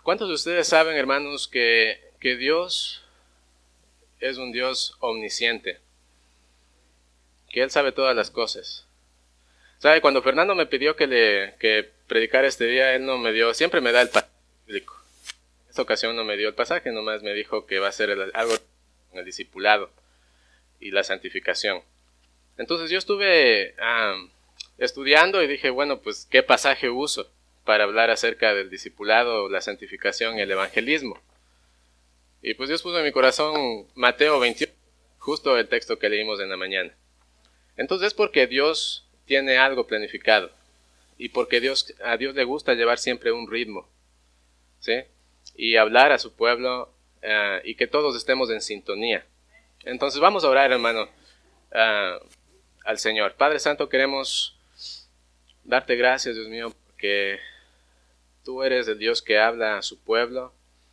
¿Cuántos de ustedes saben, hermanos, que Dios es un Dios omnisciente? Que Él sabe todas las cosas. ¿Sabe? Cuando Fernando me pidió que predicara este día, él no me dio, siempre me da el pasaje bíblico. En esta ocasión no me dio el pasaje, nomás me dijo que va a ser algo con el discipulado y la santificación. Entonces yo estuve estudiando y dije, bueno, pues, ¿qué pasaje uso para hablar acerca del discipulado, la santificación y el evangelismo? Y pues Dios puso en mi corazón Mateo 21, justo el texto que leímos en la mañana. Entonces es porque Dios tiene algo planificado y porque a Dios le gusta llevar siempre un ritmo, ¿sí? Y hablar a su pueblo y que todos estemos en sintonía. Entonces vamos a orar, hermano, al Señor. Padre Santo, queremos darte gracias, Dios mío, porque tú eres el Dios que habla a su pueblo,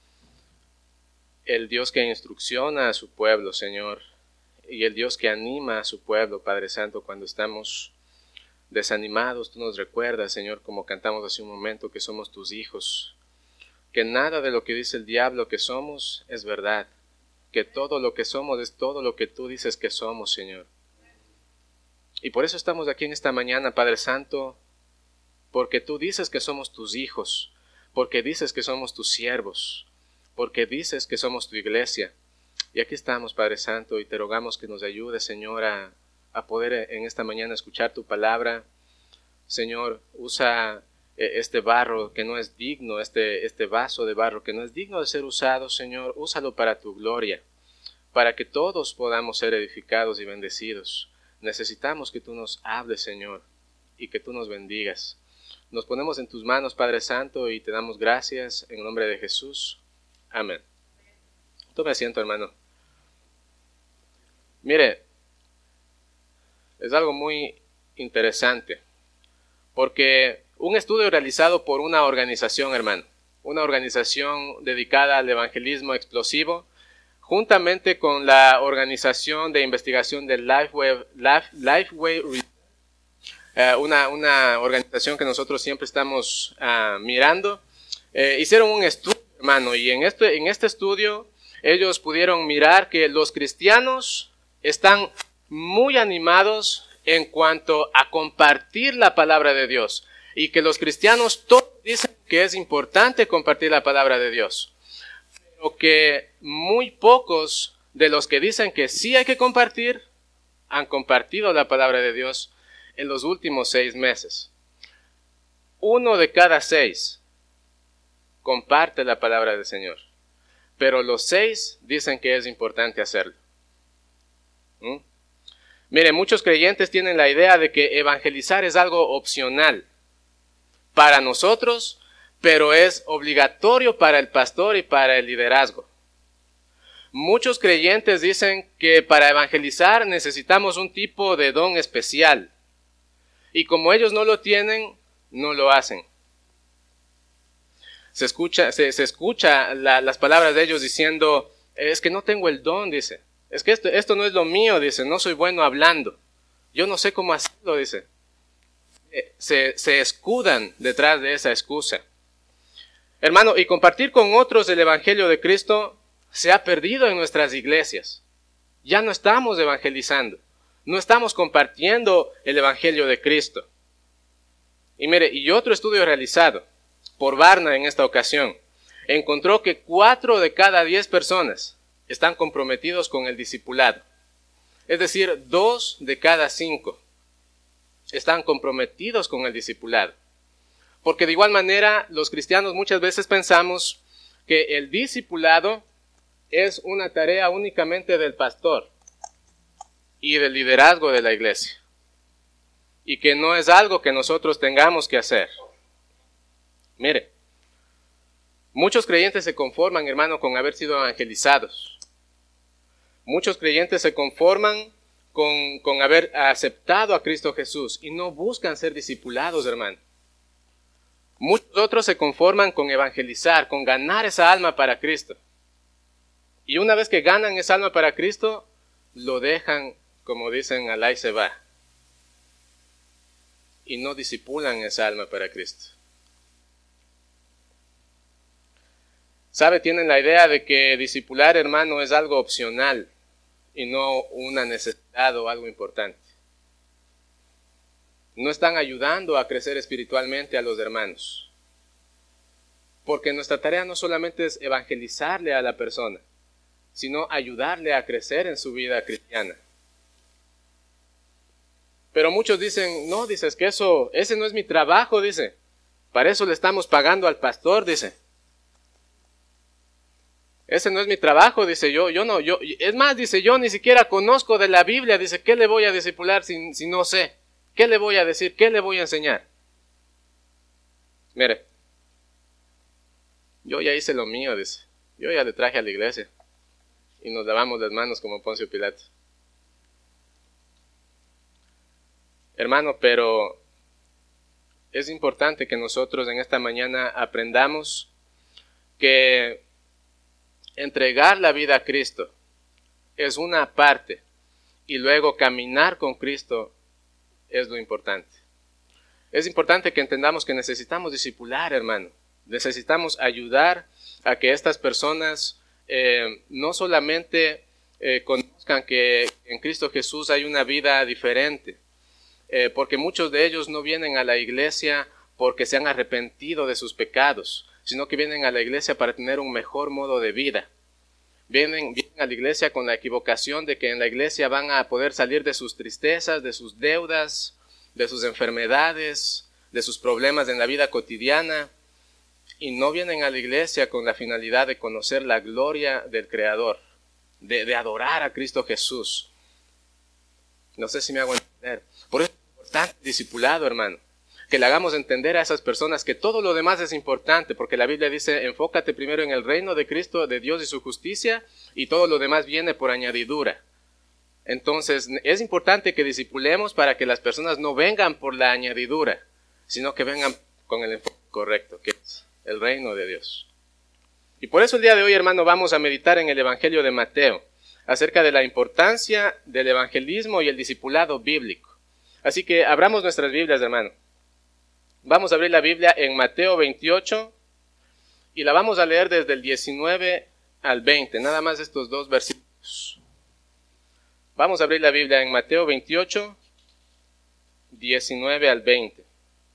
el Dios que instrucciona a su pueblo, Señor, y el Dios que anima a su pueblo, Padre Santo, cuando estamos desanimados. Tú nos recuerdas, Señor, como cantamos hace un momento, que somos tus hijos, que nada de lo que dice el diablo que somos es verdad, que todo lo que somos es todo lo que tú dices que somos, Señor. Y por eso estamos aquí en esta mañana, Padre Santo, porque tú dices que somos tus hijos, porque dices que somos tus siervos, porque dices que somos tu iglesia. Y aquí estamos, Padre Santo, y te rogamos que nos ayudes, Señor, a poder en esta mañana escuchar tu palabra. Señor, usa este barro que no es digno, este vaso de barro que no es digno de ser usado, Señor, úsalo para tu gloria, para que todos podamos ser edificados y bendecidos. Necesitamos que tú nos hables, Señor, y que tú nos bendigas. Nos ponemos en tus manos, Padre Santo, y te damos gracias en el nombre de Jesús. Amén. Tome asiento, hermano. Mire, es algo muy interesante, porque un estudio realizado por una organización, hermano, una organización dedicada al evangelismo explosivo, juntamente con la organización de investigación de Lifeway, una organización que nosotros siempre estamos mirando, hicieron un estudio, hermano, y en este estudio ellos pudieron mirar que los cristianos están muy animados en cuanto a compartir la palabra de Dios, y que los cristianos todos dicen que es importante compartir la palabra de Dios, pero que muy pocos de los que dicen que sí hay que compartir han compartido la palabra de Dios en los últimos 6 meses. 1 de cada 6 comparte la palabra del Señor, pero los 6 dicen que es importante hacerlo. Mire, muchos creyentes tienen la idea de que evangelizar es algo opcional para nosotros, pero es obligatorio para el pastor y para el liderazgo. Muchos creyentes dicen que para evangelizar necesitamos un tipo de don especial, y como ellos no lo tienen, no lo hacen. Se escucha las palabras de ellos diciendo, es que no tengo el don, dice. Es que esto no es lo mío, dice, no soy bueno hablando. Yo no sé cómo hacerlo, dice. Se escudan detrás de esa excusa. Hermano, y compartir con otros el evangelio de Cristo se ha perdido en nuestras iglesias. Ya no estamos evangelizando, no estamos compartiendo el evangelio de Cristo. Y mire, y otro estudio realizado por Barna en esta ocasión encontró que 4 de cada 10 personas están comprometidos con el discipulado. Es decir, 2 de cada 5 están comprometidos con el discipulado. Porque de igual manera, los cristianos muchas veces pensamos que el discipulado es una tarea únicamente del pastor y del liderazgo de la iglesia, y que no es algo que nosotros tengamos que hacer. Mire, muchos creyentes se conforman, hermano, con haber sido evangelizados. Muchos creyentes se conforman con haber aceptado a Cristo Jesús y no buscan ser discipulados, hermano. Muchos otros se conforman con evangelizar, con ganar esa alma para Cristo. Y una vez que ganan esa alma para Cristo, lo dejan, como dicen, alá y se va. Y no discipulan esa alma para Cristo. ¿Sabe? Tienen la idea de que discipular, hermano, es algo opcional y no una necesidad o algo importante. No están ayudando a crecer espiritualmente a los hermanos. Porque nuestra tarea no solamente es evangelizarle a la persona, sino ayudarle a crecer en su vida cristiana. Pero muchos dicen, no, dices que ese no es mi trabajo, dice. Para eso le estamos pagando al pastor, dice. Ese no es mi trabajo, dice es más, dice, yo ni siquiera conozco de la Biblia, dice, ¿qué le voy a discipular si no sé? ¿Qué le voy a decir? ¿Qué le voy a enseñar? Mire, yo ya hice lo mío, dice. Yo ya le traje a la iglesia y nos lavamos las manos como Poncio Pilato. Hermano, pero es importante que nosotros en esta mañana aprendamos que entregar la vida a Cristo es una parte y luego caminar con Cristo es lo importante. Es importante que entendamos que necesitamos discipular, hermano. Necesitamos ayudar a que estas personas no solamente conozcan que en Cristo Jesús hay una vida diferente, porque muchos de ellos no vienen a la iglesia porque se han arrepentido de sus pecados, sino que vienen a la iglesia para tener un mejor modo de vida. Vienen a la iglesia con la equivocación de que en la iglesia van a poder salir de sus tristezas, de sus deudas, de sus enfermedades, de sus problemas en la vida cotidiana, y no vienen a la iglesia con la finalidad de conocer la gloria del Creador, de adorar a Cristo Jesús. No sé si me hago entender. Por eso es importante discipulado, hermano. Que le hagamos entender a esas personas que todo lo demás es importante, porque la Biblia dice, enfócate primero en el reino de Cristo, de Dios y su justicia, y todo lo demás viene por añadidura. Entonces, es importante que discipulemos para que las personas no vengan por la añadidura, sino que vengan con el enfoque correcto, que es el reino de Dios. Y por eso el día de hoy, hermano, vamos a meditar en el Evangelio de Mateo, acerca de la importancia del evangelismo y el discipulado bíblico. Así que abramos nuestras Biblias, hermano. Vamos a abrir la Biblia en Mateo 28 y la vamos a leer desde el 19 al 20, nada más estos dos versículos. Vamos a abrir la Biblia en Mateo 28, 19 al 20.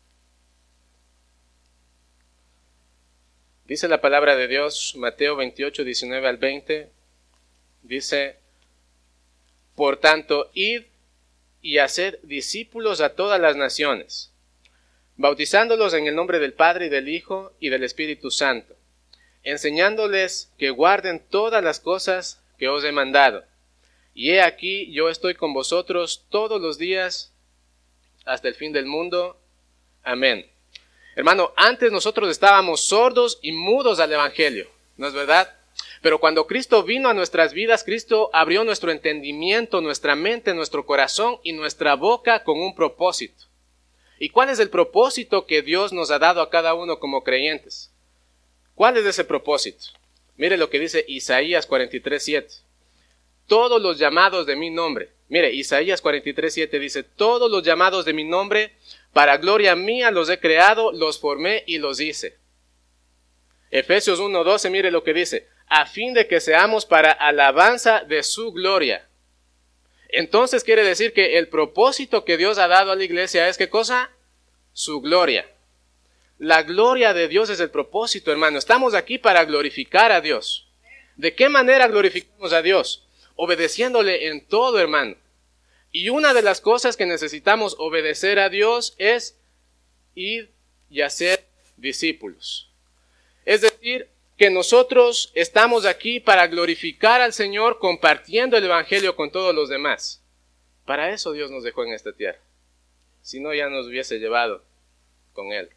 Dice la palabra de Dios, Mateo 28, 19 al 20, dice, por tanto, id y haced discípulos a todas las naciones, bautizándolos en el nombre del Padre y del Hijo y del Espíritu Santo, enseñándoles que guarden todas las cosas que os he mandado. Y he aquí, yo estoy con vosotros todos los días hasta el fin del mundo. Amén. Hermano, antes nosotros estábamos sordos y mudos al Evangelio, ¿no es verdad? Pero cuando Cristo vino a nuestras vidas, Cristo abrió nuestro entendimiento, nuestra mente, nuestro corazón y nuestra boca con un propósito. ¿Y cuál es el propósito que Dios nos ha dado a cada uno como creyentes? ¿Cuál es ese propósito? Mire lo que dice Isaías 43:7. Todos los llamados de mi nombre. Mire, Isaías 43:7 dice, todos los llamados de mi nombre, para gloria mía los he creado, los formé y los hice. Efesios 1:12, mire lo que dice, a fin de que seamos para alabanza de su gloria. Entonces quiere decir que el propósito que Dios ha dado a la iglesia es ¿qué cosa? Su gloria. La gloria de Dios es el propósito, hermano. Estamos aquí para glorificar a Dios. ¿De qué manera glorificamos a Dios? Obedeciéndole en todo, hermano. Y una de las cosas que necesitamos obedecer a Dios es ir y hacer discípulos. Es decir, que nosotros estamos aquí para glorificar al Señor compartiendo el Evangelio con todos los demás. Para eso Dios nos dejó en esta tierra. Si no, ya nos hubiese llevado con Él.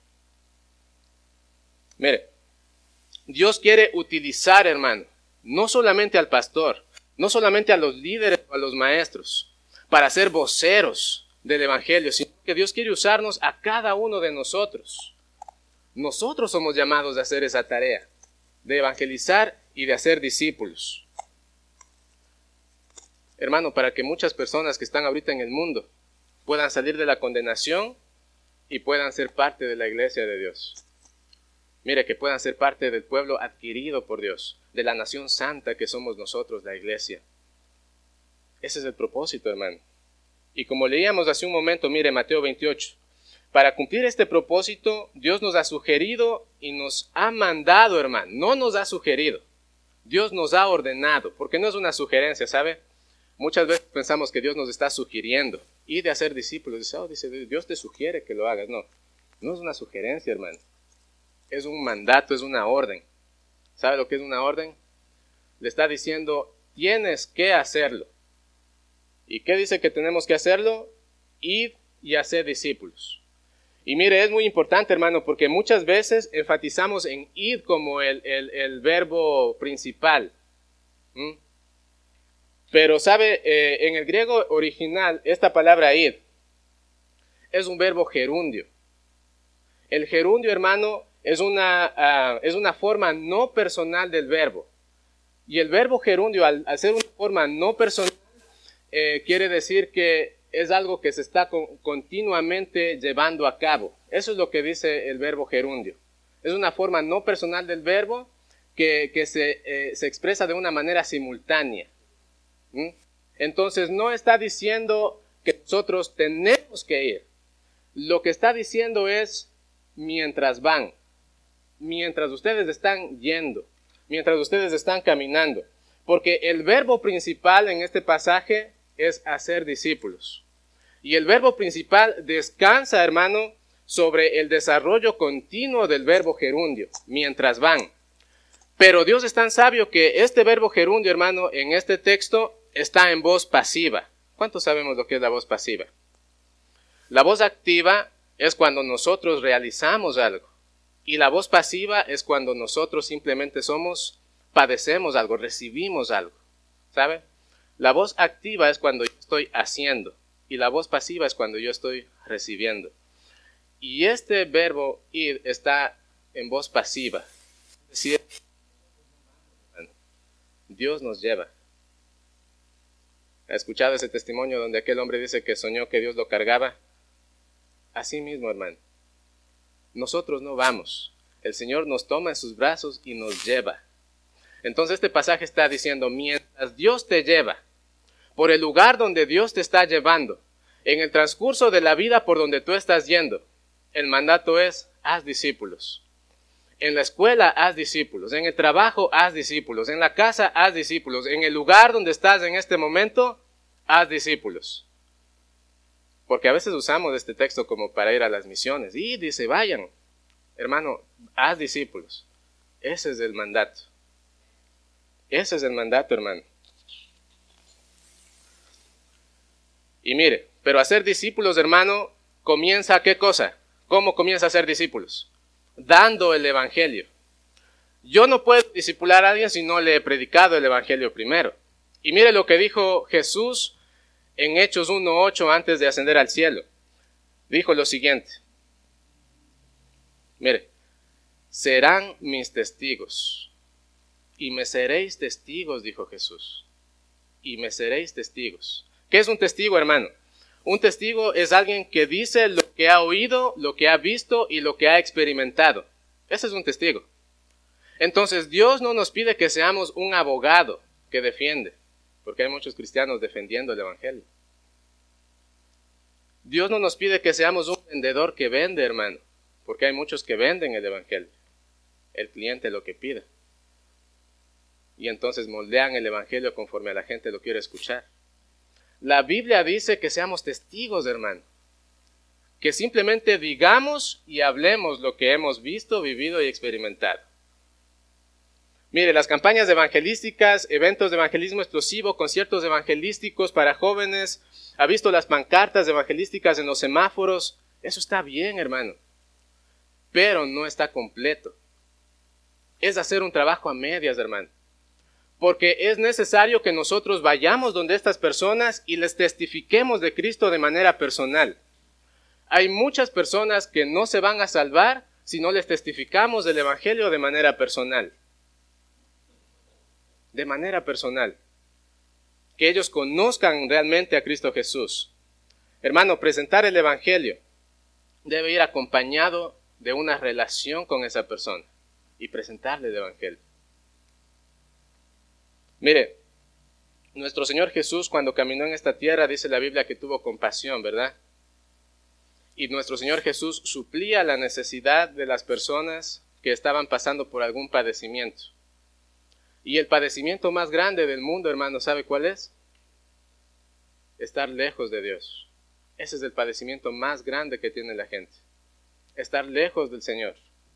Mire, Dios quiere utilizar, hermano, no solamente al pastor, no solamente a los líderes o a los maestros, para ser voceros del Evangelio, sino que Dios quiere usarnos a cada uno de nosotros. Nosotros somos llamados a hacer esa tarea, de evangelizar y de hacer discípulos. Hermano, para que muchas personas que están ahorita en el mundo puedan salir de la condenación y puedan ser parte de la iglesia de Dios. Mire, que puedan ser parte del pueblo adquirido por Dios, de la nación santa que somos nosotros, la iglesia. Ese es el propósito, hermano. Y como leíamos hace un momento, mire, Mateo 28, para cumplir este propósito, Dios nos ha sugerido y nos ha mandado, hermano. No nos ha sugerido. Dios nos ha ordenado, porque no es una sugerencia, ¿sabe? Muchas veces pensamos que Dios nos está sugiriendo. Y de hacer discípulos, dice, Dios te sugiere que lo hagas. No, no es una sugerencia, hermano. Es un mandato, es una orden. ¿Sabe lo que es una orden? Le está diciendo, tienes que hacerlo. ¿Y qué dice que tenemos que hacerlo? Ir y hacer discípulos. Y mire, es muy importante, hermano, porque muchas veces enfatizamos en ir como el verbo principal. Pero, ¿sabe? En el griego original, esta palabra ir es un verbo gerundio. El gerundio, hermano, es una forma no personal del verbo. Y el verbo gerundio, al ser una forma no personal, quiere decir que es algo que se está continuamente llevando a cabo. Eso es lo que dice el verbo gerundio. Es una forma no personal del verbo que se expresa de una manera simultánea. Entonces no está diciendo que nosotros tenemos que ir. Lo que está diciendo es mientras van, mientras ustedes están yendo, mientras ustedes están caminando. Porque el verbo principal en este pasaje es hacer discípulos. Y el verbo principal descansa, hermano, sobre el desarrollo continuo del verbo gerundio, mientras van. Pero Dios es tan sabio que este verbo gerundio, hermano, en este texto está en voz pasiva. ¿Cuántos sabemos lo que es la voz pasiva? La voz activa es cuando nosotros realizamos algo. Y la voz pasiva es cuando nosotros simplemente padecemos algo, recibimos algo. ¿Sabe? La voz activa es cuando yo estoy haciendo. Y la voz pasiva es cuando yo estoy recibiendo. Y este verbo ir está en voz pasiva. Es decir, Dios nos lleva. ¿Ha escuchado ese testimonio donde aquel hombre dice que soñó que Dios lo cargaba? Así mismo, hermano. Nosotros no vamos. El Señor nos toma en sus brazos y nos lleva. Entonces este pasaje está diciendo, mientras Dios te lleva, por el lugar donde Dios te está llevando, en el transcurso de la vida por donde tú estás yendo, el mandato es, haz discípulos. En la escuela, haz discípulos. En el trabajo, haz discípulos. En la casa, haz discípulos. En el lugar donde estás en este momento, haz discípulos. Porque a veces usamos este texto como para ir a las misiones. Y dice, vayan. Hermano, haz discípulos. Ese es el mandato. Ese es el mandato, hermano. Y mire, pero hacer discípulos, hermano, comienza ¿qué cosa? ¿Cómo comienza a ser discípulos? Dando el evangelio. Yo no puedo discipular a alguien si no le he predicado el evangelio primero. Y mire lo que dijo Jesús en Hechos 1:8 antes de ascender al cielo. Dijo lo siguiente. Mire, serán mis testigos. Y me seréis testigos, dijo Jesús. Y me seréis testigos. ¿Qué es un testigo, hermano? Un testigo es alguien que dice lo que ha oído, lo que ha visto y lo que ha experimentado. Ese es un testigo. Entonces Dios no nos pide que seamos un abogado que defiende, porque hay muchos cristianos defendiendo el evangelio. Dios no nos pide que seamos un vendedor que vende, hermano, porque hay muchos que venden el evangelio. El cliente lo que pide. Y entonces moldean el evangelio conforme a la gente lo quiere escuchar. La Biblia dice que seamos testigos, hermano. Que simplemente digamos y hablemos lo que hemos visto, vivido y experimentado. Mire, las campañas evangelísticas, eventos de evangelismo explosivo, conciertos evangelísticos para jóvenes, ha visto las pancartas evangelísticas en los semáforos. Eso está bien, hermano. Pero no está completo. Es hacer un trabajo a medias, hermano. Porque es necesario que nosotros vayamos donde estas personas y les testifiquemos de Cristo de manera personal. Hay muchas personas que no se van a salvar si no les testificamos del evangelio de manera personal. De manera personal. Que ellos conozcan realmente a Cristo Jesús. Hermano, presentar el evangelio debe ir acompañado de una relación con esa persona. y presentarle el Evangelio. Mire, nuestro Señor Jesús cuando caminó en esta tierra, dice la Biblia que tuvo compasión, ¿verdad? Y nuestro Señor Jesús suplía la necesidad de las personas que estaban pasando por algún padecimiento. Y el padecimiento más grande del mundo, hermano, ¿sabe cuál es? Estar lejos de Dios. Ese es el padecimiento más grande que tiene la gente. Estar lejos del Señor.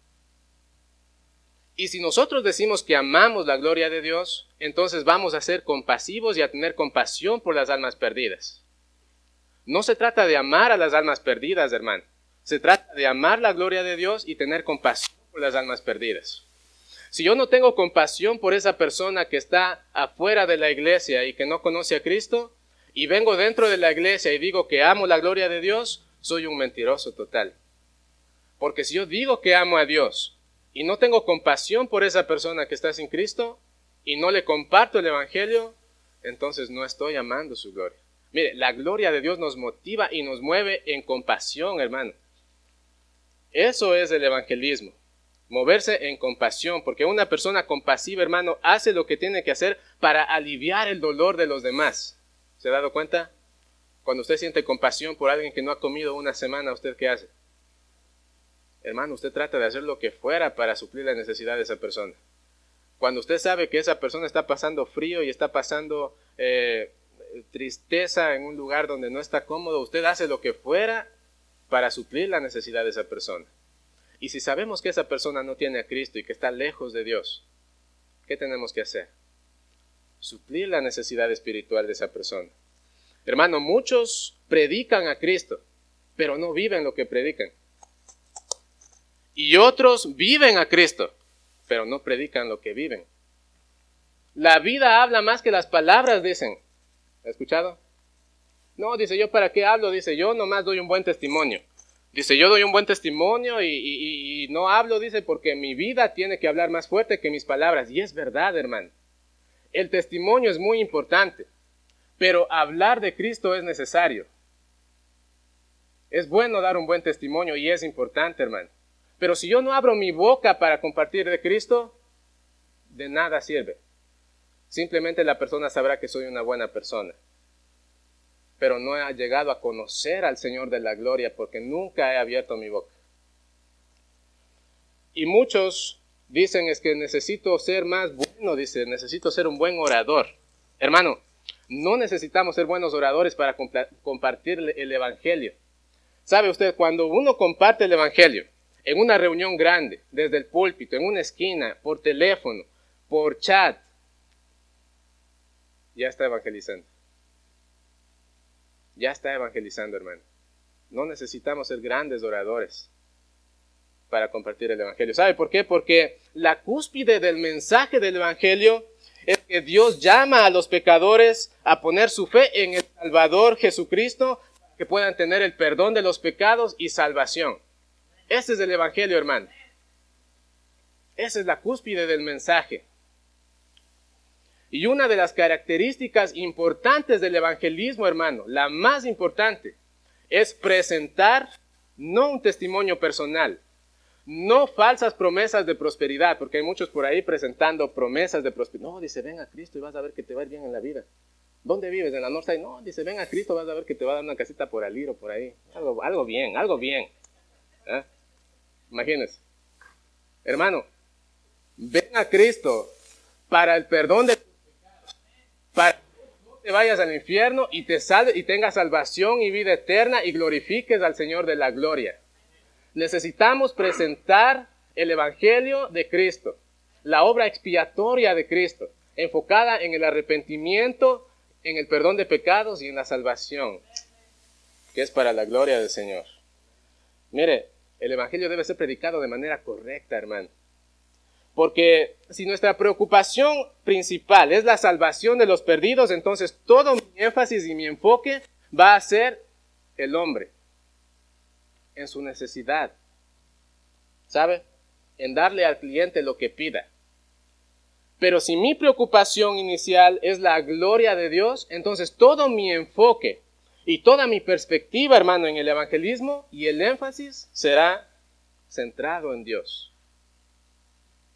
Y si nosotros decimos que amamos la gloria de Dios, entonces vamos a ser compasivos y a tener compasión por las almas perdidas. No se trata de amar a las almas perdidas, hermano. Se trata de amar la gloria de Dios y tener compasión por las almas perdidas. Si yo no tengo compasión por esa persona que está afuera de la iglesia y que no conoce a Cristo, y vengo dentro de la iglesia y digo que amo la gloria de Dios, soy un mentiroso total. Porque si yo digo que amo a Dios y no tengo compasión por esa persona que está sin Cristo y no le comparto el Evangelio, entonces no estoy amando su gloria. Mire, la gloria de Dios nos motiva y nos mueve en compasión, hermano. Eso es el evangelismo, moverse en compasión, porque una persona compasiva, hermano, hace lo que tiene que hacer para aliviar el dolor de los demás. ¿Se ha dado cuenta? Cuando usted siente compasión por alguien que no ha comido una semana, ¿usted qué hace? Hermano, usted trata de hacer lo que fuera para suplir la necesidad de esa persona. Cuando usted sabe que esa persona está pasando frío y está pasando tristeza en un lugar donde no está cómodo, usted hace lo que fuera para suplir la necesidad de esa persona. Y si sabemos que esa persona no tiene a Cristo y que está lejos de Dios, ¿qué tenemos que hacer? Suplir la necesidad espiritual de esa persona. Hermano, muchos predican a Cristo, pero no viven lo que predican. Y otros viven a Cristo, pero no predican lo que viven. La vida habla más que las palabras, dicen. ¿Ha escuchado? No, dice, ¿yo para qué hablo? Dice, yo nomás doy un buen testimonio. Dice, yo doy un buen testimonio y no hablo, dice, porque mi vida tiene que hablar más fuerte que mis palabras. Y es verdad, hermano. El testimonio es muy importante, pero hablar de Cristo es necesario. Es bueno dar un buen testimonio y es importante, hermano. Pero si yo no abro mi boca para compartir de Cristo, de nada sirve. Simplemente la persona sabrá que soy una buena persona, pero no he llegado a conocer al Señor de la gloria porque nunca he abierto mi boca. Y muchos dicen es que necesito ser más bueno, dice, necesito ser un buen orador. Hermano, no necesitamos ser buenos oradores para compartir el Evangelio. ¿Sabe usted? Cuando uno comparte el Evangelio en una reunión grande, desde el púlpito, en una esquina, por teléfono, por chat, ya está evangelizando. Ya está evangelizando, hermano. No necesitamos ser grandes oradores para compartir el Evangelio. ¿Sabe por qué? Porque la cúspide del mensaje del Evangelio es que Dios llama a los pecadores a poner su fe en el Salvador Jesucristo, que puedan tener el perdón de los pecados y salvación. Ese es el Evangelio, hermano. Esa es la cúspide del mensaje. Y una de las características importantes del evangelismo, hermano, la más importante, es presentar no un testimonio personal, no falsas promesas de prosperidad, porque hay muchos por ahí presentando promesas de prosperidad. No, dice, ven a Cristo y vas a ver que te va a ir bien en la vida. ¿Dónde vives? ¿En la Northside? No, dice, ven a Cristo, vas a ver que te va a dar una casita por Aliro, por ahí. Algo bien, algo bien. ¿Eh? Imagínense. Hermano, ven a Cristo para el perdón de para que no te vayas al infierno y te salve y tengas salvación y vida eterna y glorifiques al Señor de la gloria. Necesitamos presentar el Evangelio de Cristo, la obra expiatoria de Cristo, enfocada en el arrepentimiento, en el perdón de pecados y en la salvación, que es para la gloria del Señor. Mire, el Evangelio debe ser predicado de manera correcta, hermano. Porque si nuestra preocupación principal es la salvación de los perdidos, entonces todo mi énfasis y mi enfoque va a ser el hombre, en su necesidad, ¿sabe? En darle al cliente lo que pida. Pero si mi preocupación inicial es la gloria de Dios, entonces todo mi enfoque y toda mi perspectiva, hermano, en el evangelismo y el énfasis será centrado en Dios.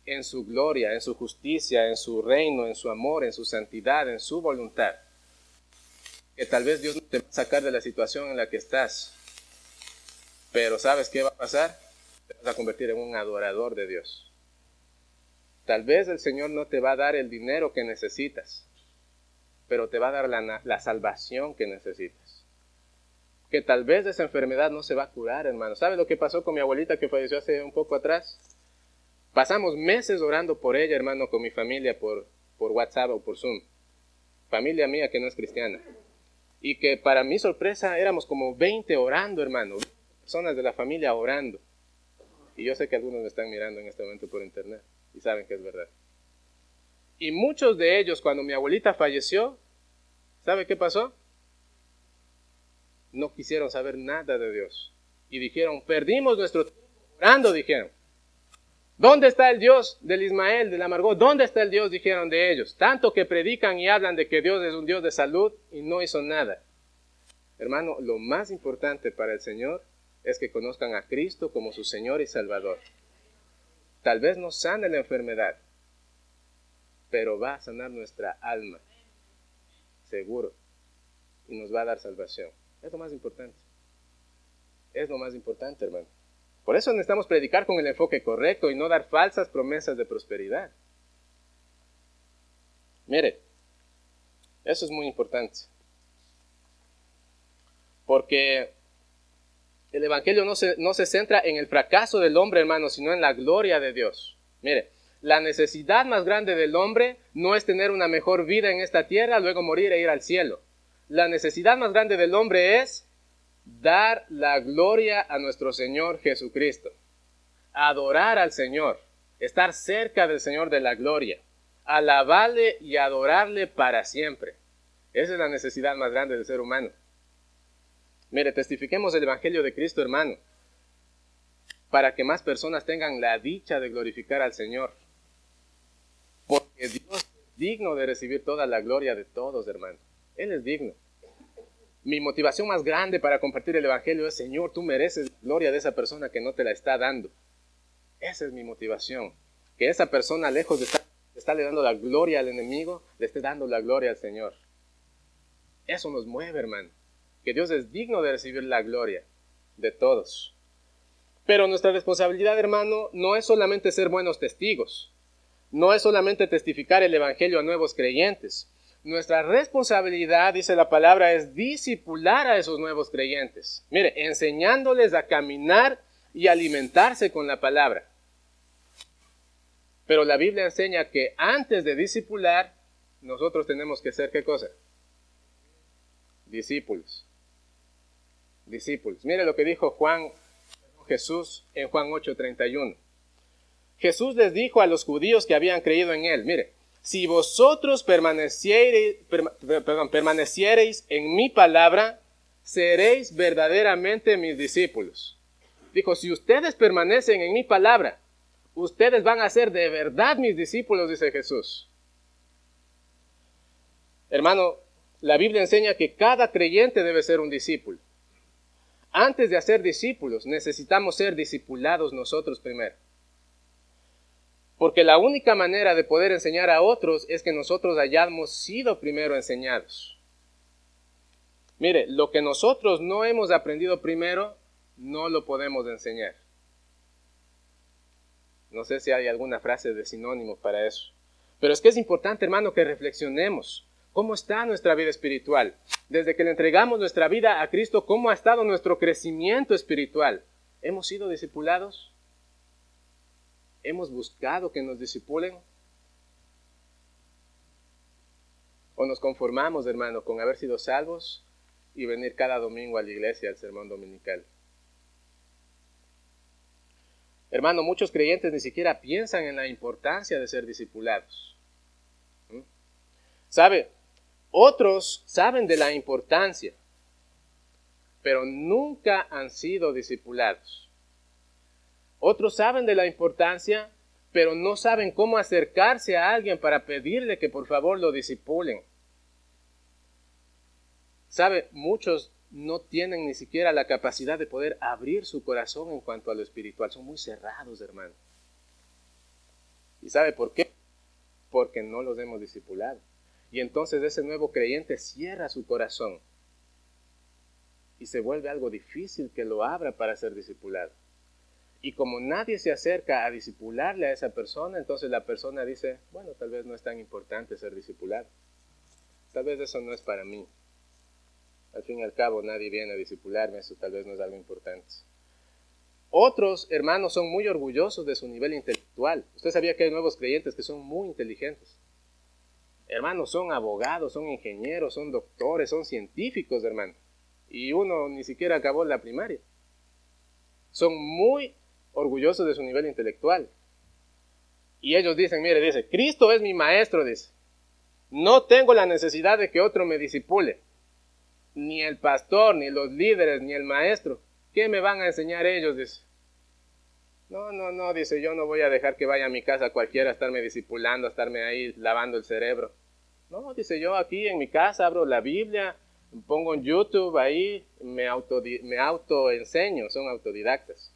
en su gloria, en su justicia, en su reino, en su amor, en su santidad, en su voluntad. Que tal vez Dios no te va a sacar de la situación en la que estás, pero ¿sabes qué va a pasar? Te vas a convertir en un adorador de Dios. Tal vez el Señor no te va a dar el dinero que necesitas, pero te va a dar la salvación que necesitas. Que tal vez esa enfermedad no se va a curar, hermano. ¿Sabes lo que pasó con mi abuelita que falleció hace un poco atrás? Pasamos meses orando por ella, hermano, con mi familia por WhatsApp o por Zoom. Familia mía que no es cristiana. Y que para mi sorpresa éramos como 20 orando, hermano. Personas de la familia orando. Y yo sé que algunos me están mirando en este momento por internet y saben que es verdad. Y muchos de ellos, cuando mi abuelita falleció, ¿sabe qué pasó? No quisieron saber nada de Dios. Y dijeron, perdimos nuestro tiempo orando, dijeron. ¿Dónde está el Dios del Ismael, del Amargó? ¿Dónde está el Dios? Dijeron de ellos. Tanto que predican y hablan de que Dios es un Dios de salud y no hizo nada. Hermano, lo más importante para el Señor es que conozcan a Cristo como su Señor y Salvador. Tal vez no sane la enfermedad, pero va a sanar nuestra alma, seguro, y nos va a dar salvación. Es lo más importante. Es lo más importante, hermano. Por eso necesitamos predicar con el enfoque correcto y no dar falsas promesas de prosperidad. Mire, eso es muy importante. Porque el Evangelio no se centra en el fracaso del hombre, hermano, sino en la gloria de Dios. Mire, la necesidad más grande del hombre no es tener una mejor vida en esta tierra, luego morir e ir al cielo. La necesidad más grande del hombre es dar la gloria a nuestro Señor Jesucristo, adorar al Señor, estar cerca del Señor de la gloria, alabarle y adorarle para siempre. Esa es la necesidad más grande del ser humano. Mire, testifiquemos el Evangelio de Cristo, hermano, para que más personas tengan la dicha de glorificar al Señor. Porque Dios es digno de recibir toda la gloria de todos, hermano. Él es digno. Mi motivación más grande para compartir el Evangelio es, Señor, tú mereces la gloria de esa persona que no te la está dando. Esa es mi motivación. Que esa persona, lejos de estarle dando la gloria al enemigo, le esté dando la gloria al Señor. Eso nos mueve, hermano. Que Dios es digno de recibir la gloria de todos. Pero nuestra responsabilidad, hermano, no es solamente ser buenos testigos. No es solamente testificar el Evangelio a nuevos creyentes. Nuestra responsabilidad, dice la palabra, es discipular a esos nuevos creyentes. Mire, enseñándoles a caminar y alimentarse con la palabra. Pero la Biblia enseña que antes de discipular, nosotros tenemos que ser, ¿qué cosa? Discípulos. Discípulos. Mire lo que dijo Jesús en Juan 8:31. Jesús les dijo a los judíos que habían creído en él, mire, si vosotros permaneciereis en mi palabra, seréis verdaderamente mis discípulos. Dijo, si ustedes permanecen en mi palabra, ustedes van a ser de verdad mis discípulos, dice Jesús. Hermano, la Biblia enseña que cada creyente debe ser un discípulo. Antes de hacer discípulos, necesitamos ser discipulados nosotros primero. Porque la única manera de poder enseñar a otros es que nosotros hayamos sido primero enseñados. Mire, lo que nosotros no hemos aprendido primero, no lo podemos enseñar. No sé si hay alguna frase de sinónimo para eso. Pero es que es importante, hermano, que reflexionemos. ¿Cómo está nuestra vida espiritual? Desde que le entregamos nuestra vida a Cristo, ¿cómo ha estado nuestro crecimiento espiritual? ¿Hemos sido discipulados? ¿Hemos buscado que nos discipulen? ¿O nos conformamos, hermano, con haber sido salvos y venir cada domingo a la iglesia al sermón dominical? Hermano, muchos creyentes ni siquiera piensan en la importancia de ser discipulados. ¿Sabe? Otros saben de la importancia, pero nunca han sido discipulados. Otros saben de la importancia, pero no saben cómo acercarse a alguien para pedirle que por favor lo discipulen. ¿Sabe? Muchos no tienen ni siquiera la capacidad de poder abrir su corazón en cuanto a lo espiritual. Son muy cerrados, hermano. ¿Y sabe por qué? Porque no los hemos discipulado. Y entonces ese nuevo creyente cierra su corazón y se vuelve algo difícil que lo abra para ser discipulado. Y como nadie se acerca a discipularle a esa persona, entonces la persona dice, bueno, tal vez no es tan importante ser discipulado. Tal vez eso no es para mí. Al fin y al cabo nadie viene a discipularme, eso tal vez no es algo importante. Otros hermanos son muy orgullosos de su nivel intelectual. Usted sabía que hay nuevos creyentes que son muy inteligentes. Hermanos, son abogados, son ingenieros, son doctores, son científicos, hermano. Y uno ni siquiera acabó la primaria. Son muy orgullosos de su nivel intelectual. Y ellos dicen, mire, dice, Cristo es mi maestro, dice. No tengo la necesidad de que otro me disipule. Ni el pastor, ni los líderes, ni el maestro. ¿Qué me van a enseñar ellos? Dice. No, dice, yo no voy a dejar que vaya a mi casa cualquiera a estarme discipulando, a estarme ahí lavando el cerebro. No, dice, yo aquí en mi casa abro la Biblia, pongo en YouTube ahí, me autoenseño, son autodidactas.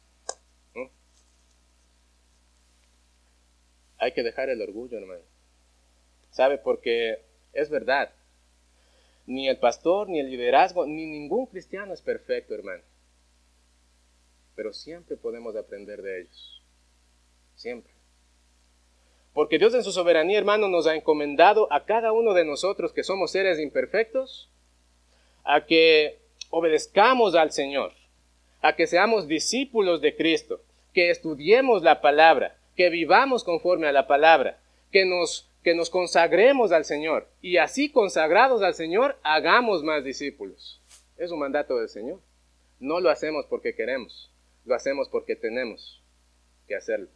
Hay que dejar el orgullo, hermano. ¿Sabe? Porque es verdad. Ni el pastor, ni el liderazgo, ni ningún cristiano es perfecto, hermano. Pero siempre podemos aprender de ellos. Siempre. Porque Dios en su soberanía, hermano, nos ha encomendado a cada uno de nosotros que somos seres imperfectos, a que obedezcamos al Señor, a que seamos discípulos de Cristo, que estudiemos la palabra, que vivamos conforme a la palabra, que nos consagremos al Señor, y así consagrados al Señor, hagamos más discípulos. Es un mandato del Señor. No lo hacemos porque queremos, lo hacemos porque tenemos que hacerlo.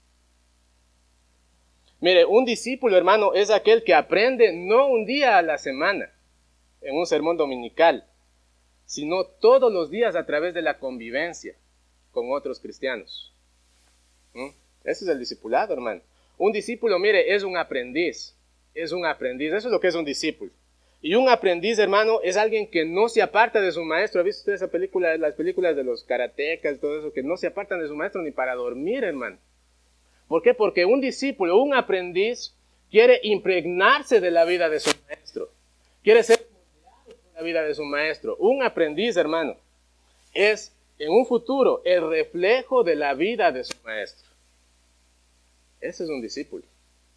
Mire, un discípulo, hermano, es aquel que aprende no un día a la semana, en un sermón dominical, sino todos los días a través de la convivencia con otros cristianos. Ese es el discipulado, hermano. Un discípulo, mire, es un aprendiz. Eso es lo que es un discípulo. Y un aprendiz, hermano, es alguien que no se aparta de su maestro. ¿Ha visto usted esa película, las películas de los karatecas y todo eso, que no se apartan de su maestro ni para dormir, hermano? ¿Por qué? Porque un discípulo, un aprendiz, quiere impregnarse de la vida de su maestro. Quiere ser moldeado por la vida de su maestro. Un aprendiz, hermano, es en un futuro el reflejo de la vida de su maestro. Ese es un discípulo.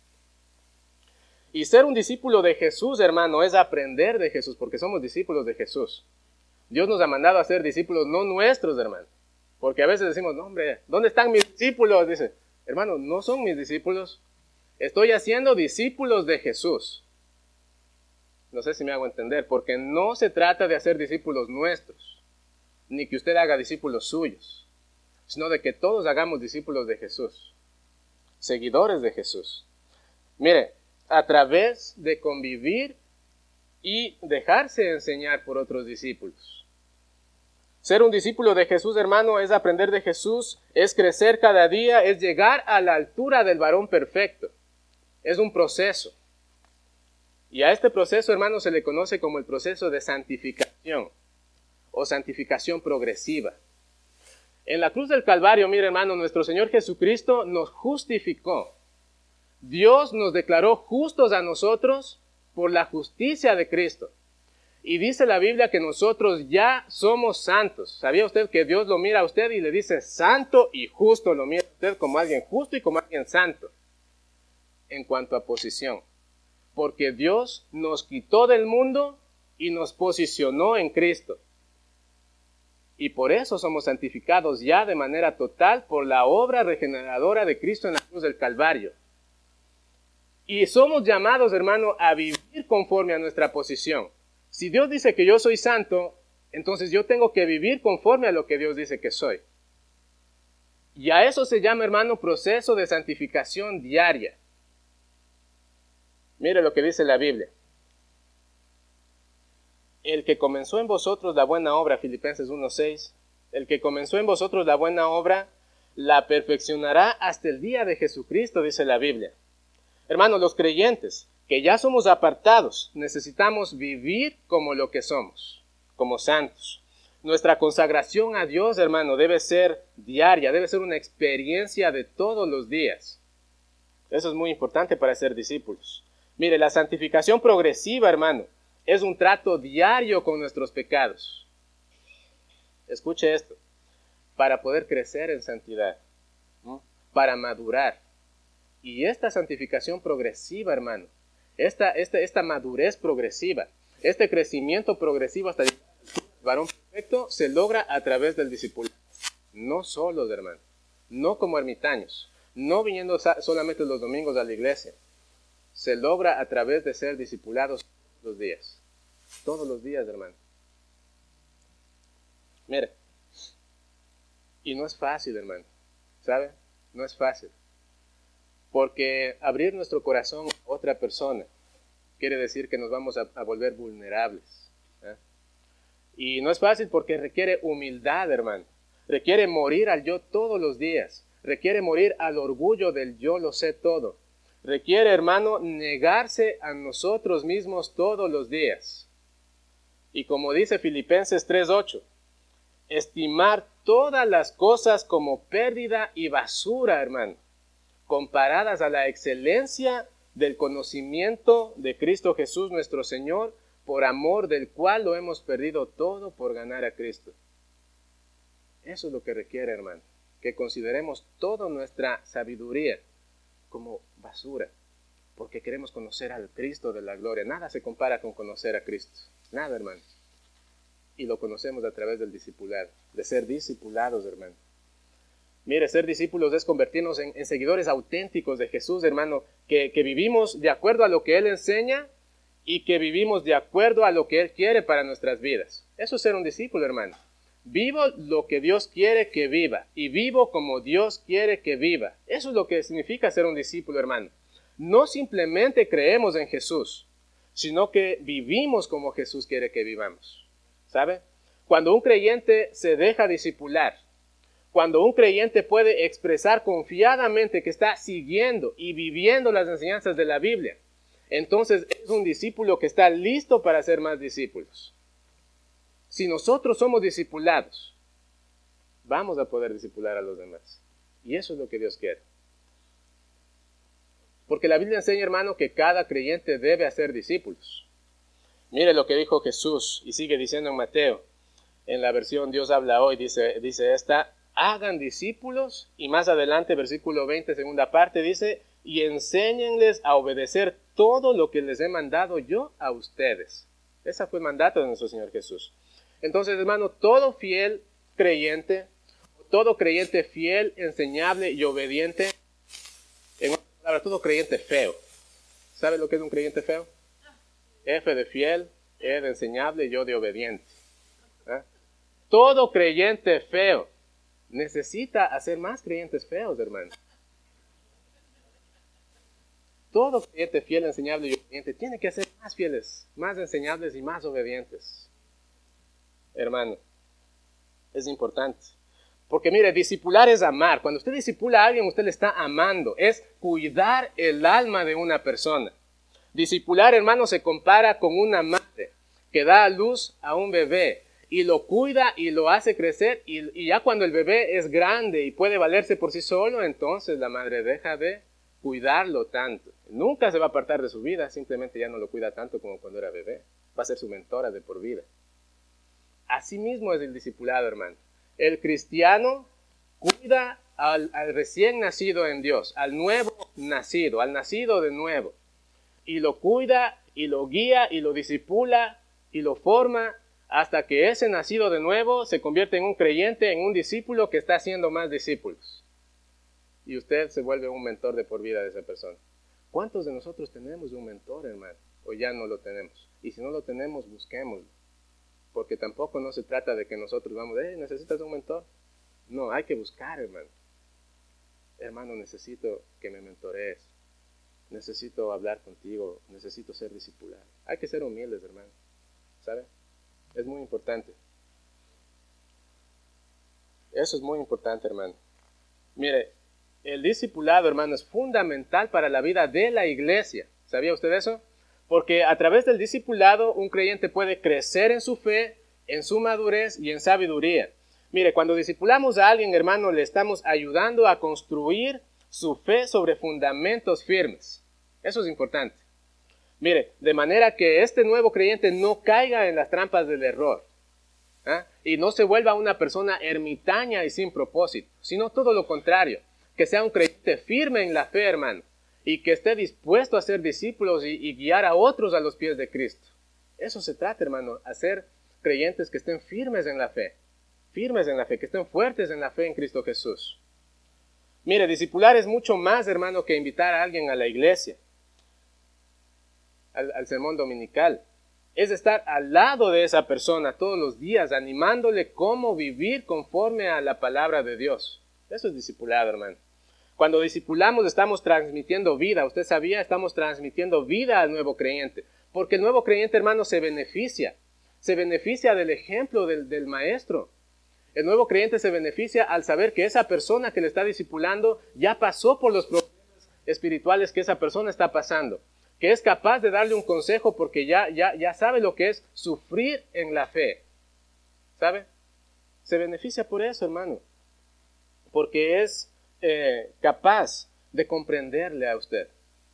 Y ser un discípulo de Jesús, hermano, es aprender de Jesús, porque somos discípulos de Jesús. Dios nos ha mandado a ser discípulos no nuestros, hermano. Porque a veces decimos, no, hombre, ¿dónde están mis discípulos? Dice, hermano, no son mis discípulos. Estoy haciendo discípulos de Jesús. No sé si me hago entender, porque no se trata de hacer discípulos nuestros, ni que usted haga discípulos suyos, sino de que todos hagamos discípulos de Jesús, seguidores de Jesús. Mire, a través de convivir y dejarse enseñar por otros discípulos. Ser un discípulo de Jesús, hermano, es aprender de Jesús, es crecer cada día, es llegar a la altura del varón perfecto. Es un proceso. Y a este proceso, hermano, se le conoce como el proceso de santificación o santificación progresiva. En la cruz del Calvario, mire, hermano, nuestro Señor Jesucristo nos justificó. Dios nos declaró justos a nosotros por la justicia de Cristo. Y dice la Biblia que nosotros ya somos santos. ¿Sabía usted que Dios lo mira a usted y le dice santo y justo? Lo mira a usted como alguien justo y como alguien santo. En cuanto a posición. Porque Dios nos quitó del mundo y nos posicionó en Cristo. Y por eso somos santificados ya de manera total por la obra regeneradora de Cristo en la cruz del Calvario. Y somos llamados, hermano, a vivir conforme a nuestra posición. Si Dios dice que yo soy santo, entonces yo tengo que vivir conforme a lo que Dios dice que soy. Y a eso se llama, hermano, proceso de santificación diaria. Mire lo que dice la Biblia. El que comenzó en vosotros la buena obra, Filipenses 1:6, el que comenzó en vosotros la buena obra, la perfeccionará hasta el día de Jesucristo, dice la Biblia. Hermanos, los creyentes, que ya somos apartados, necesitamos vivir como lo que somos, como santos. Nuestra consagración a Dios, hermano, debe ser diaria, debe ser una experiencia de todos los días. Eso es muy importante para ser discípulos. Mire, la santificación progresiva, hermano, es un trato diario con nuestros pecados. Escuche esto, para poder crecer en santidad, ¿no? Para madurar. Y esta santificación progresiva, hermano, esta madurez progresiva, este crecimiento progresivo hasta llegar al varón perfecto, se logra a través del discipulado. No solos, hermano, no como ermitaños, no viniendo solamente los domingos a la iglesia. Se logra a través de ser discipulados todos los días, hermano. Mire, y no es fácil, hermano, ¿sabe? No es fácil. Porque abrir nuestro corazón a otra persona quiere decir que nos vamos a volver vulnerables. ¿Eh? Y no es fácil porque requiere humildad, hermano. Requiere morir al yo todos los días. Requiere morir al orgullo del yo lo sé todo. Requiere, hermano, negarse a nosotros mismos todos los días. Y como dice Filipenses 3:8, estimar todas las cosas como pérdida y basura, hermano, comparadas a la excelencia del conocimiento de Cristo Jesús nuestro Señor, por amor del cual lo hemos perdido todo por ganar a Cristo. Eso es lo que requiere, hermano, que consideremos toda nuestra sabiduría como basura, porque queremos conocer al Cristo de la gloria. Nada se compara con conocer a Cristo, nada, hermano. Y lo conocemos a través del discipulado, de ser discipulados, hermano. Mire, ser discípulos es convertirnos en seguidores auténticos de Jesús, hermano, que vivimos de acuerdo a lo que Él enseña y que vivimos de acuerdo a lo que Él quiere para nuestras vidas. Eso es ser un discípulo, hermano. Vivo lo que Dios quiere que viva y vivo como Dios quiere que viva. Eso es lo que significa ser un discípulo, hermano. No simplemente creemos en Jesús, sino que vivimos como Jesús quiere que vivamos. ¿Sabe? Cuando un creyente se deja discipular, cuando un creyente puede expresar confiadamente que está siguiendo y viviendo las enseñanzas de la Biblia, entonces es un discípulo que está listo para ser más discípulos. Si nosotros somos discipulados, vamos a poder discipular a los demás. Y eso es lo que Dios quiere. Porque la Biblia enseña, hermano, que cada creyente debe hacer discípulos. Mire lo que dijo Jesús y sigue diciendo en Mateo. En la versión Dios habla hoy, dice esta, hagan discípulos, y más adelante, versículo 20, segunda parte, dice, y enséñenles a obedecer todo lo que les he mandado yo a ustedes. Ese fue el mandato de nuestro Señor Jesús. Entonces, hermano, todo fiel creyente, todo creyente fiel, enseñable y obediente, en otras palabras, todo creyente feo. ¿Sabe lo que es un creyente feo? F de fiel, E de enseñable y O de obediente. ¿Eh? Todo creyente feo necesita hacer más creyentes feos, hermano. Todo creyente fiel, enseñable y obediente tiene que ser más fieles, más enseñables y más obedientes. Hermano, es importante. Porque mire, discipular es amar. Cuando usted discipula a alguien, usted le está amando. Es cuidar el alma de una persona. Discipular, hermano, se compara con una madre que da a luz a un bebé y lo cuida y lo hace crecer, y ya cuando el bebé es grande y puede valerse por sí solo, entonces la madre deja de cuidarlo tanto. Nunca se va a apartar de su vida, simplemente ya no lo cuida tanto como cuando era bebé. Va a ser su mentora de por vida. Así mismo es el discipulado, hermano. El cristiano cuida al recién nacido en Dios, al nuevo nacido, al nacido de nuevo. Y lo cuida, y lo guía, y lo discipula, y lo forma, hasta que ese nacido de nuevo se convierte en un creyente, en un discípulo que está haciendo más discípulos. Y usted se vuelve un mentor de por vida de esa persona. ¿Cuántos de nosotros tenemos un mentor, hermano? O ya no lo tenemos. Y si no lo tenemos, busquémoslo. Porque tampoco no se trata de que nosotros vamos, ¿necesitas un mentor? No, hay que buscar, hermano. Hermano, necesito que me mentorees. Necesito hablar contigo. Necesito ser discipulado. Hay que ser humildes, hermano. ¿Sabe? Es muy importante. Eso es muy importante, hermano. Mire, el discipulado, hermano, es fundamental para la vida de la iglesia. ¿Sabía usted eso? Porque a través del discipulado un creyente puede crecer en su fe, en su madurez y en sabiduría. Mire, cuando discipulamos a alguien, hermano, le estamos ayudando a construir su fe sobre fundamentos firmes. Eso es importante. Mire, de manera que este nuevo creyente no caiga en las trampas del error, y no se vuelva una persona ermitaña y sin propósito, sino todo lo contrario, que sea un creyente firme en la fe, hermano, y que esté dispuesto a ser discípulos y guiar a otros a los pies de Cristo. Eso se trata, hermano, hacer creyentes que estén firmes en la fe, que estén fuertes en la fe en Cristo Jesús. Mire, discipular es mucho más, hermano, que invitar a alguien a la iglesia, al sermón dominical. Es estar al lado de esa persona todos los días, animándole cómo vivir conforme a la palabra de Dios. Eso es discipulado, hermano. Cuando discipulamos estamos transmitiendo vida. Usted sabía, estamos transmitiendo vida al nuevo creyente. Porque el nuevo creyente, hermano, se beneficia del ejemplo del maestro. El nuevo creyente se beneficia al saber que esa persona que le está discipulando ya pasó por los problemas espirituales que esa persona está pasando, que es capaz de darle un consejo porque ya sabe lo que es sufrir en la fe. ¿Sabe? Se beneficia por eso, hermano, porque es capaz de comprenderle a usted.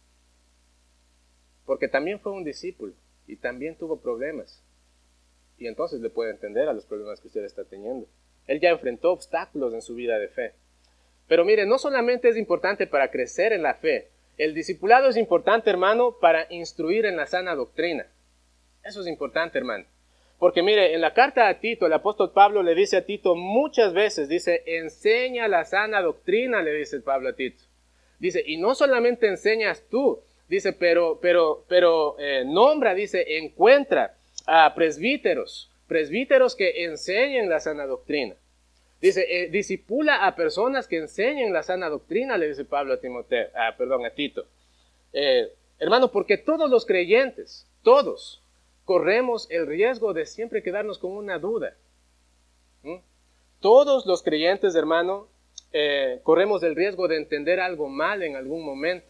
Porque también fue un discípulo y también tuvo problemas. Y entonces le puede entender a los problemas que usted está teniendo. Él ya enfrentó obstáculos en su vida de fe. Pero mire, no solamente es importante para crecer en la fe, el discipulado es importante, hermano, para instruir en la sana doctrina. Eso es importante, hermano. Porque mire, en la carta a Tito, el apóstol Pablo le dice a Tito muchas veces, dice, enseña la sana doctrina, le dice Pablo a Tito. Dice, y no solamente enseñas tú, dice, pero nombra, dice, encuentra a presbíteros que enseñen la sana doctrina. Dice, disipula a personas que enseñen la sana doctrina, le dice Pablo a Tito. Hermano, porque todos los creyentes, todos, corremos el riesgo de siempre quedarnos con una duda. Todos los creyentes, hermano, corremos el riesgo de entender algo mal en algún momento.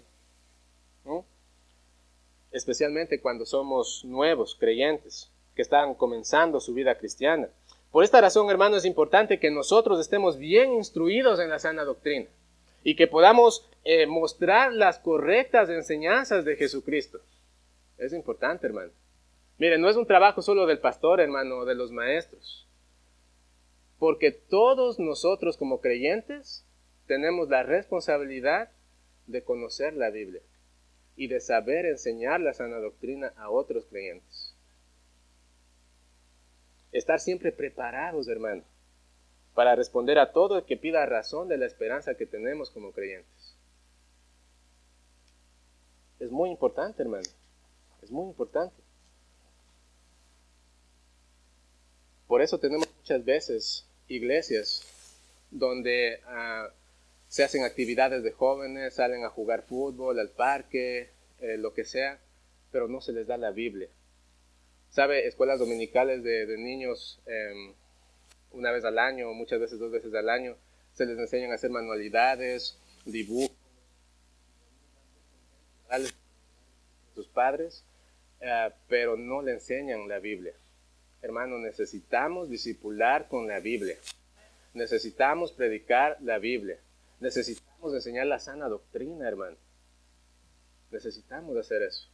Especialmente cuando somos nuevos creyentes, que están comenzando su vida cristiana. Por esta razón, hermano, es importante que nosotros estemos bien instruidos en la sana doctrina y que podamos mostrar las correctas enseñanzas de Jesucristo. Es importante, hermano. Mire, no es un trabajo solo del pastor, hermano, o de los maestros. Porque todos nosotros como creyentes tenemos la responsabilidad de conocer la Biblia y de saber enseñar la sana doctrina a otros creyentes. Estar siempre preparados, hermano, para responder a todo el que pida razón de la esperanza que tenemos como creyentes. Es muy importante, hermano. Es muy importante. Por eso tenemos muchas veces iglesias donde se hacen actividades de jóvenes, salen a jugar fútbol, al parque, lo que sea, pero no se les da la Biblia. ¿Sabe? Escuelas dominicales de niños, una vez al año, muchas veces 2 veces al año, se les enseñan a hacer manualidades, dibujos, a sus padres, pero no le enseñan la Biblia. Hermano, necesitamos discipular con la Biblia. Necesitamos predicar la Biblia. Necesitamos enseñar la sana doctrina, hermano. Necesitamos hacer eso.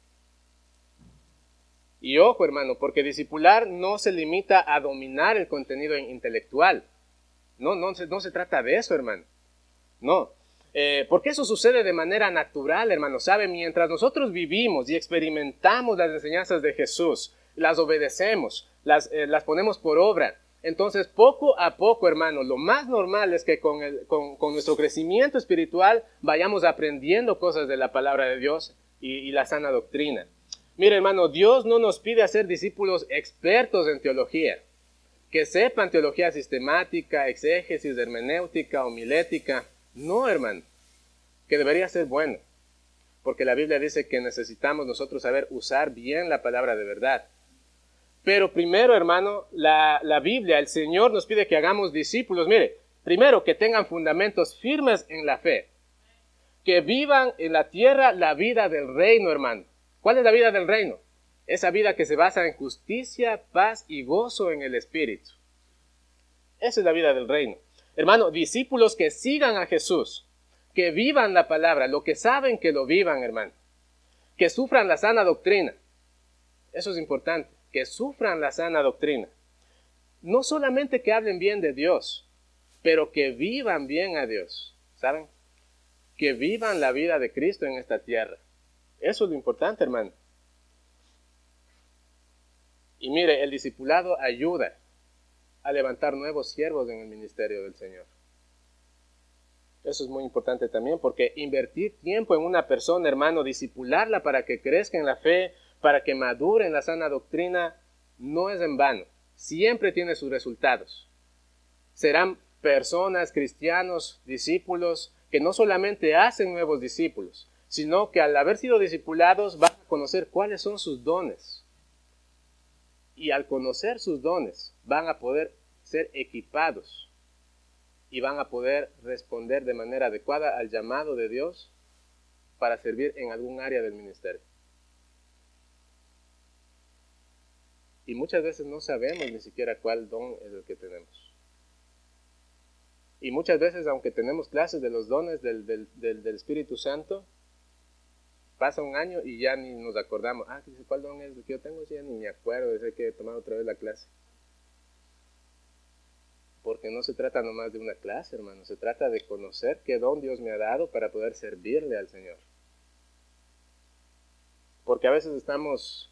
Y ojo, hermano, porque discipular no se limita a dominar el contenido intelectual. No se trata de eso, hermano. No. Porque eso sucede de manera natural, hermano. ¿Sabe? Mientras nosotros vivimos y experimentamos las enseñanzas de Jesús, las obedecemos, las ponemos por obra. Entonces, poco a poco, hermano, lo más normal es que con nuestro crecimiento espiritual vayamos aprendiendo cosas de la palabra de Dios y la sana doctrina. Mire, hermano, Dios no nos pide hacer discípulos expertos en teología, que sepan teología sistemática, exégesis, hermenéutica, homilética. No, hermano, que debería ser bueno, porque la Biblia dice que necesitamos nosotros saber usar bien la palabra de verdad. Pero primero, hermano, la Biblia, el Señor nos pide que hagamos discípulos. Mire, primero que tengan fundamentos firmes en la fe, que vivan en la tierra la vida del reino, hermano. ¿Cuál es la vida del reino? Esa vida que se basa en justicia, paz y gozo en el Espíritu. Esa es la vida del reino. Hermano, discípulos que sigan a Jesús, que vivan la palabra, lo que saben que lo vivan, hermano. Que sufran la sana doctrina. Eso es importante, que sufran la sana doctrina. No solamente que hablen bien de Dios, pero que vivan bien a Dios, ¿saben? Que vivan la vida de Cristo en esta tierra. Eso es lo importante, hermano. Y mire, el discipulado ayuda a levantar nuevos siervos en el ministerio del Señor. Eso es muy importante también, porque invertir tiempo en una persona, hermano, discipularla para que crezca en la fe, para que madure en la sana doctrina, no es en vano. Siempre tiene sus resultados. Serán personas, cristianos, discípulos, que no solamente hacen nuevos discípulos, sino que al haber sido discipulados van a conocer cuáles son sus dones. Y al conocer sus dones van a poder ser equipados y van a poder responder de manera adecuada al llamado de Dios para servir en algún área del ministerio. Y muchas veces no sabemos ni siquiera cuál don es el que tenemos. Y muchas veces, aunque tenemos clases de los dones del Espíritu Santo, pasa un año y ya ni nos acordamos. ¿Cuál don es el que yo tengo? Sí, ya ni me acuerdo, hay que tomar otra vez la clase. Porque no se trata nomás de una clase, hermano. Se trata de conocer qué don Dios me ha dado para poder servirle al Señor. Porque a veces estamos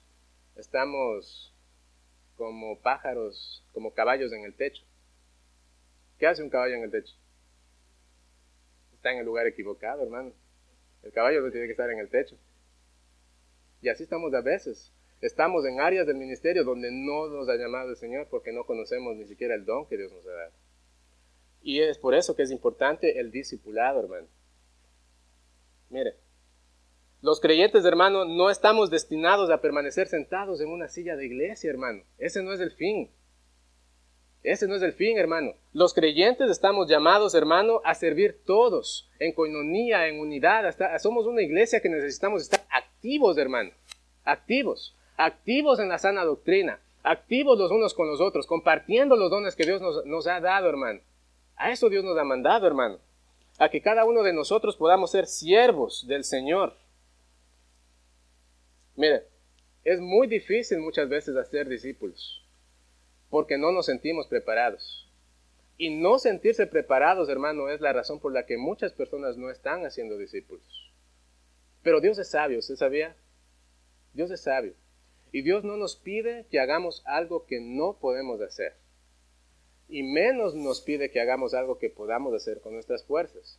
como pájaros, como caballos en el techo. ¿Qué hace un caballo en el techo? Está en el lugar equivocado, hermano. El caballo no tiene que estar en el techo. Y así estamos a veces. Estamos en áreas del ministerio donde no nos ha llamado el Señor porque no conocemos ni siquiera el don que Dios nos ha dado. Y es por eso que es importante el discipulado, hermano. Mire, los creyentes, hermano, no estamos destinados a permanecer sentados en una silla de iglesia, hermano. Ese no es el fin. Ese no es el fin, hermano. Los creyentes estamos llamados, hermano, a servir todos, en coinonía, en unidad. Somos una iglesia que necesitamos estar activos, hermano. Activos en la sana doctrina. Activos los unos con los otros, compartiendo los dones que Dios nos ha dado, hermano. A eso Dios nos ha mandado, hermano. A que cada uno de nosotros podamos ser siervos del Señor. Mire, es muy difícil muchas veces hacer discípulos, porque no nos sentimos preparados. Y no sentirse preparados, hermano, es la razón por la que muchas personas no están haciendo discípulos. Pero Dios es sabio, ¿usted sabía? Dios es sabio. Y Dios no nos pide que hagamos algo que no podemos hacer. Y menos nos pide que hagamos algo que podamos hacer con nuestras fuerzas.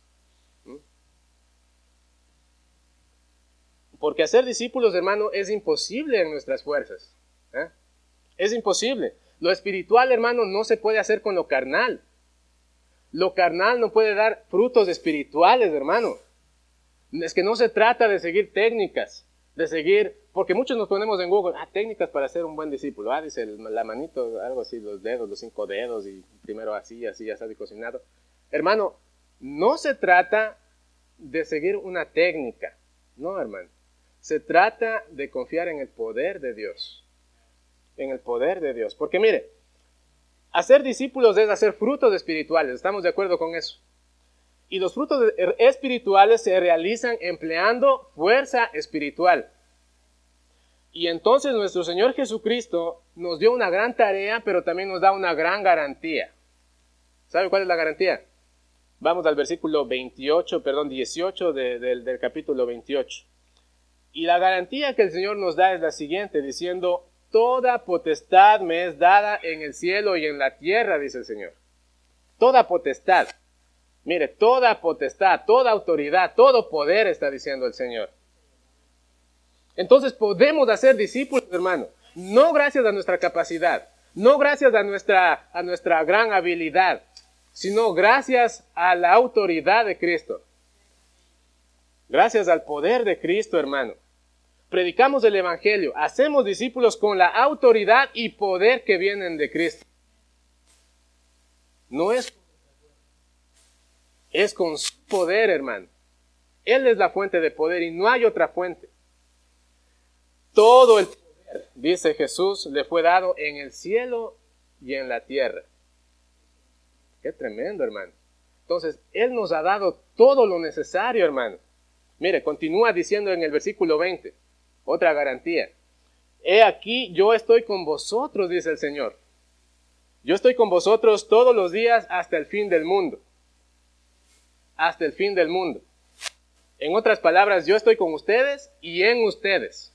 Porque hacer discípulos, hermano, es imposible en nuestras fuerzas. Es imposible. Lo espiritual, hermano, no se puede hacer con lo carnal. Lo carnal no puede dar frutos espirituales, hermano. Es que no se trata de seguir técnicas, porque muchos nos ponemos en Google, técnicas para ser un buen discípulo. Dice la manito, algo así, los dedos, los 5 dedos, y primero así, ya está cocinado. Hermano, no se trata de seguir una técnica. No, hermano. Se trata de confiar en el poder de Dios. En el poder de Dios. Porque mire, hacer discípulos es hacer frutos espirituales. ¿Estamos de acuerdo con eso? Y los frutos espirituales se realizan empleando fuerza espiritual. Y entonces nuestro Señor Jesucristo nos dio una gran tarea, pero también nos da una gran garantía. ¿Sabe cuál es la garantía? Vamos al versículo 18 del capítulo 28. Y la garantía que el Señor nos da es la siguiente, diciendo: toda potestad me es dada en el cielo y en la tierra, dice el Señor. Toda potestad. Mire, toda potestad, toda autoridad, todo poder, está diciendo el Señor. Entonces podemos hacer discípulos, hermano. No gracias a nuestra capacidad, no gracias a nuestra gran habilidad, sino gracias a la autoridad de Cristo. Gracias al poder de Cristo, hermano. Predicamos el Evangelio, hacemos discípulos con la autoridad y poder que vienen de Cristo. No es con su poder, hermano. Él es la fuente de poder y no hay otra fuente. Todo el poder, dice Jesús, le fue dado en el cielo y en la tierra. Qué tremendo, hermano. Entonces, Él nos ha dado todo lo necesario, hermano. Mire, continúa diciendo en el versículo 20, otra garantía. He aquí, yo estoy con vosotros, dice el Señor. Yo estoy con vosotros todos los días hasta el fin del mundo. Hasta el fin del mundo. En otras palabras, yo estoy con ustedes y en ustedes.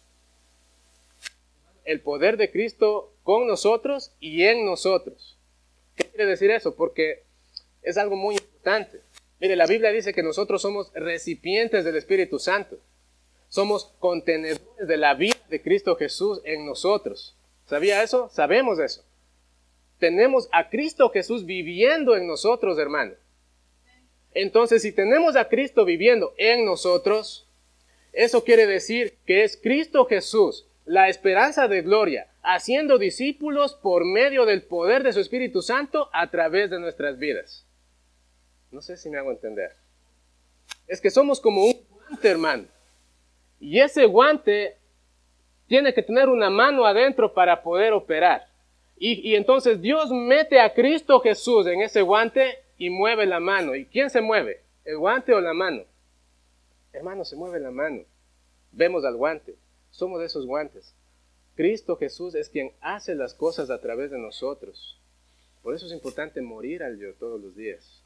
El poder de Cristo con nosotros y en nosotros. ¿Qué quiere decir eso? Porque es algo muy importante. Mire, la Biblia dice que nosotros somos recipientes del Espíritu Santo. Somos contenedores de la vida de Cristo Jesús en nosotros. ¿Sabía eso? Sabemos eso. Tenemos a Cristo Jesús viviendo en nosotros, hermano. Entonces, si tenemos a Cristo viviendo en nosotros, eso quiere decir que es Cristo Jesús, la esperanza de gloria, haciendo discípulos por medio del poder de su Espíritu Santo a través de nuestras vidas. No sé si me hago entender. Es que somos como un guante, hermano. Y ese guante tiene que tener una mano adentro para poder operar. Y entonces Dios mete a Cristo Jesús en ese guante y mueve la mano. ¿Y quién se mueve? ¿El guante o la mano? Hermano, se mueve la mano. Vemos al guante. Somos de esos guantes. Cristo Jesús es quien hace las cosas a través de nosotros. Por eso es importante morir al yo todos los días.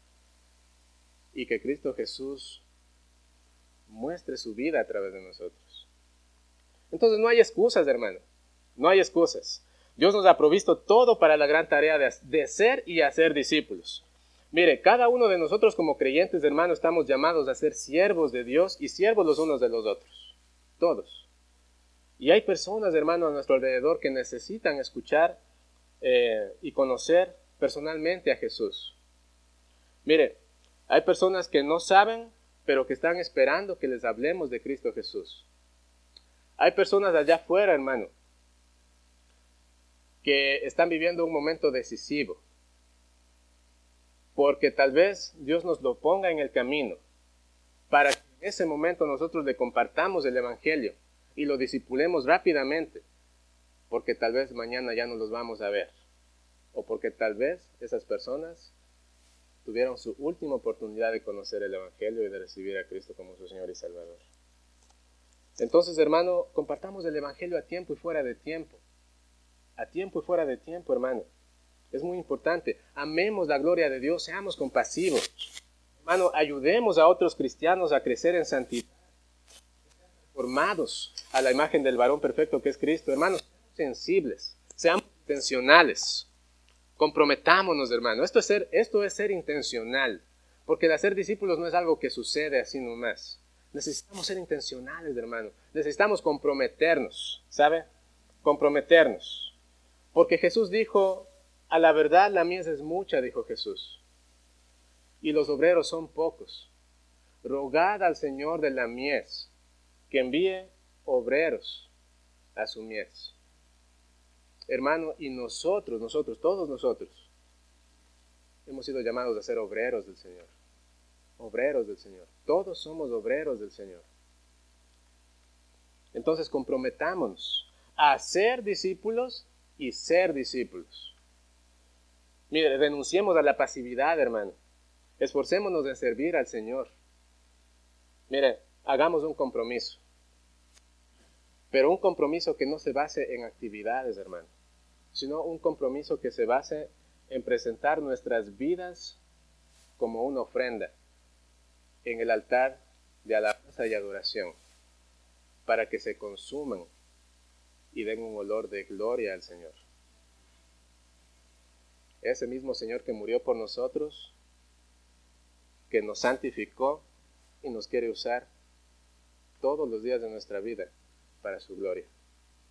Y que Cristo Jesús muestre su vida a través de nosotros. Entonces no hay excusas, hermano. No hay excusas. Dios nos ha provisto todo para la gran tarea de ser y hacer discípulos. Mire, cada uno de nosotros como creyentes, hermano, estamos llamados a ser siervos de Dios y siervos los unos de los otros. Todos. Y hay personas, hermano, a nuestro alrededor que necesitan escuchar y conocer personalmente a Jesús. Mire, hay personas que no saben, pero que están esperando que les hablemos de Cristo Jesús. Hay personas allá afuera, hermano, que están viviendo un momento decisivo, porque tal vez Dios nos lo ponga en el camino, para que en ese momento nosotros le compartamos el Evangelio y lo discipulemos rápidamente, porque tal vez mañana ya no los vamos a ver, o porque tal vez esas personas tuvieron su última oportunidad de conocer el Evangelio y de recibir a Cristo como su Señor y Salvador. Entonces, hermano, compartamos el Evangelio a tiempo y fuera de tiempo. A tiempo y fuera de tiempo, hermano. Es muy importante. Amemos la gloria de Dios, seamos compasivos. Hermano, ayudemos a otros cristianos a crecer en santidad, formados a la imagen del varón perfecto que es Cristo. Hermanos, seamos sensibles, seamos intencionales. Comprometámonos, hermano. Esto es ser intencional, porque el hacer discípulos no es algo que sucede así nomás. Necesitamos ser intencionales, hermano. Necesitamos comprometernos, ¿sabe? Comprometernos. Porque Jesús dijo, a la verdad la mies es mucha, dijo Jesús, y los obreros son pocos. Rogad al Señor de la mies que envíe obreros a su mies. Hermano, y nosotros, todos nosotros, hemos sido llamados a ser obreros del Señor. Obreros del Señor. Todos somos obreros del Señor. Entonces comprometámonos a ser discípulos y ser discípulos. Mire, renunciemos a la pasividad, hermano. Esforcémonos en servir al Señor. Mire, hagamos un compromiso. Pero un compromiso que no se base en actividades, hermano, sino un compromiso que se base en presentar nuestras vidas como una ofrenda en el altar de alabanza y adoración, para que se consuman y den un olor de gloria al Señor. Ese mismo Señor que murió por nosotros, que nos santificó y nos quiere usar todos los días de nuestra vida para su gloria.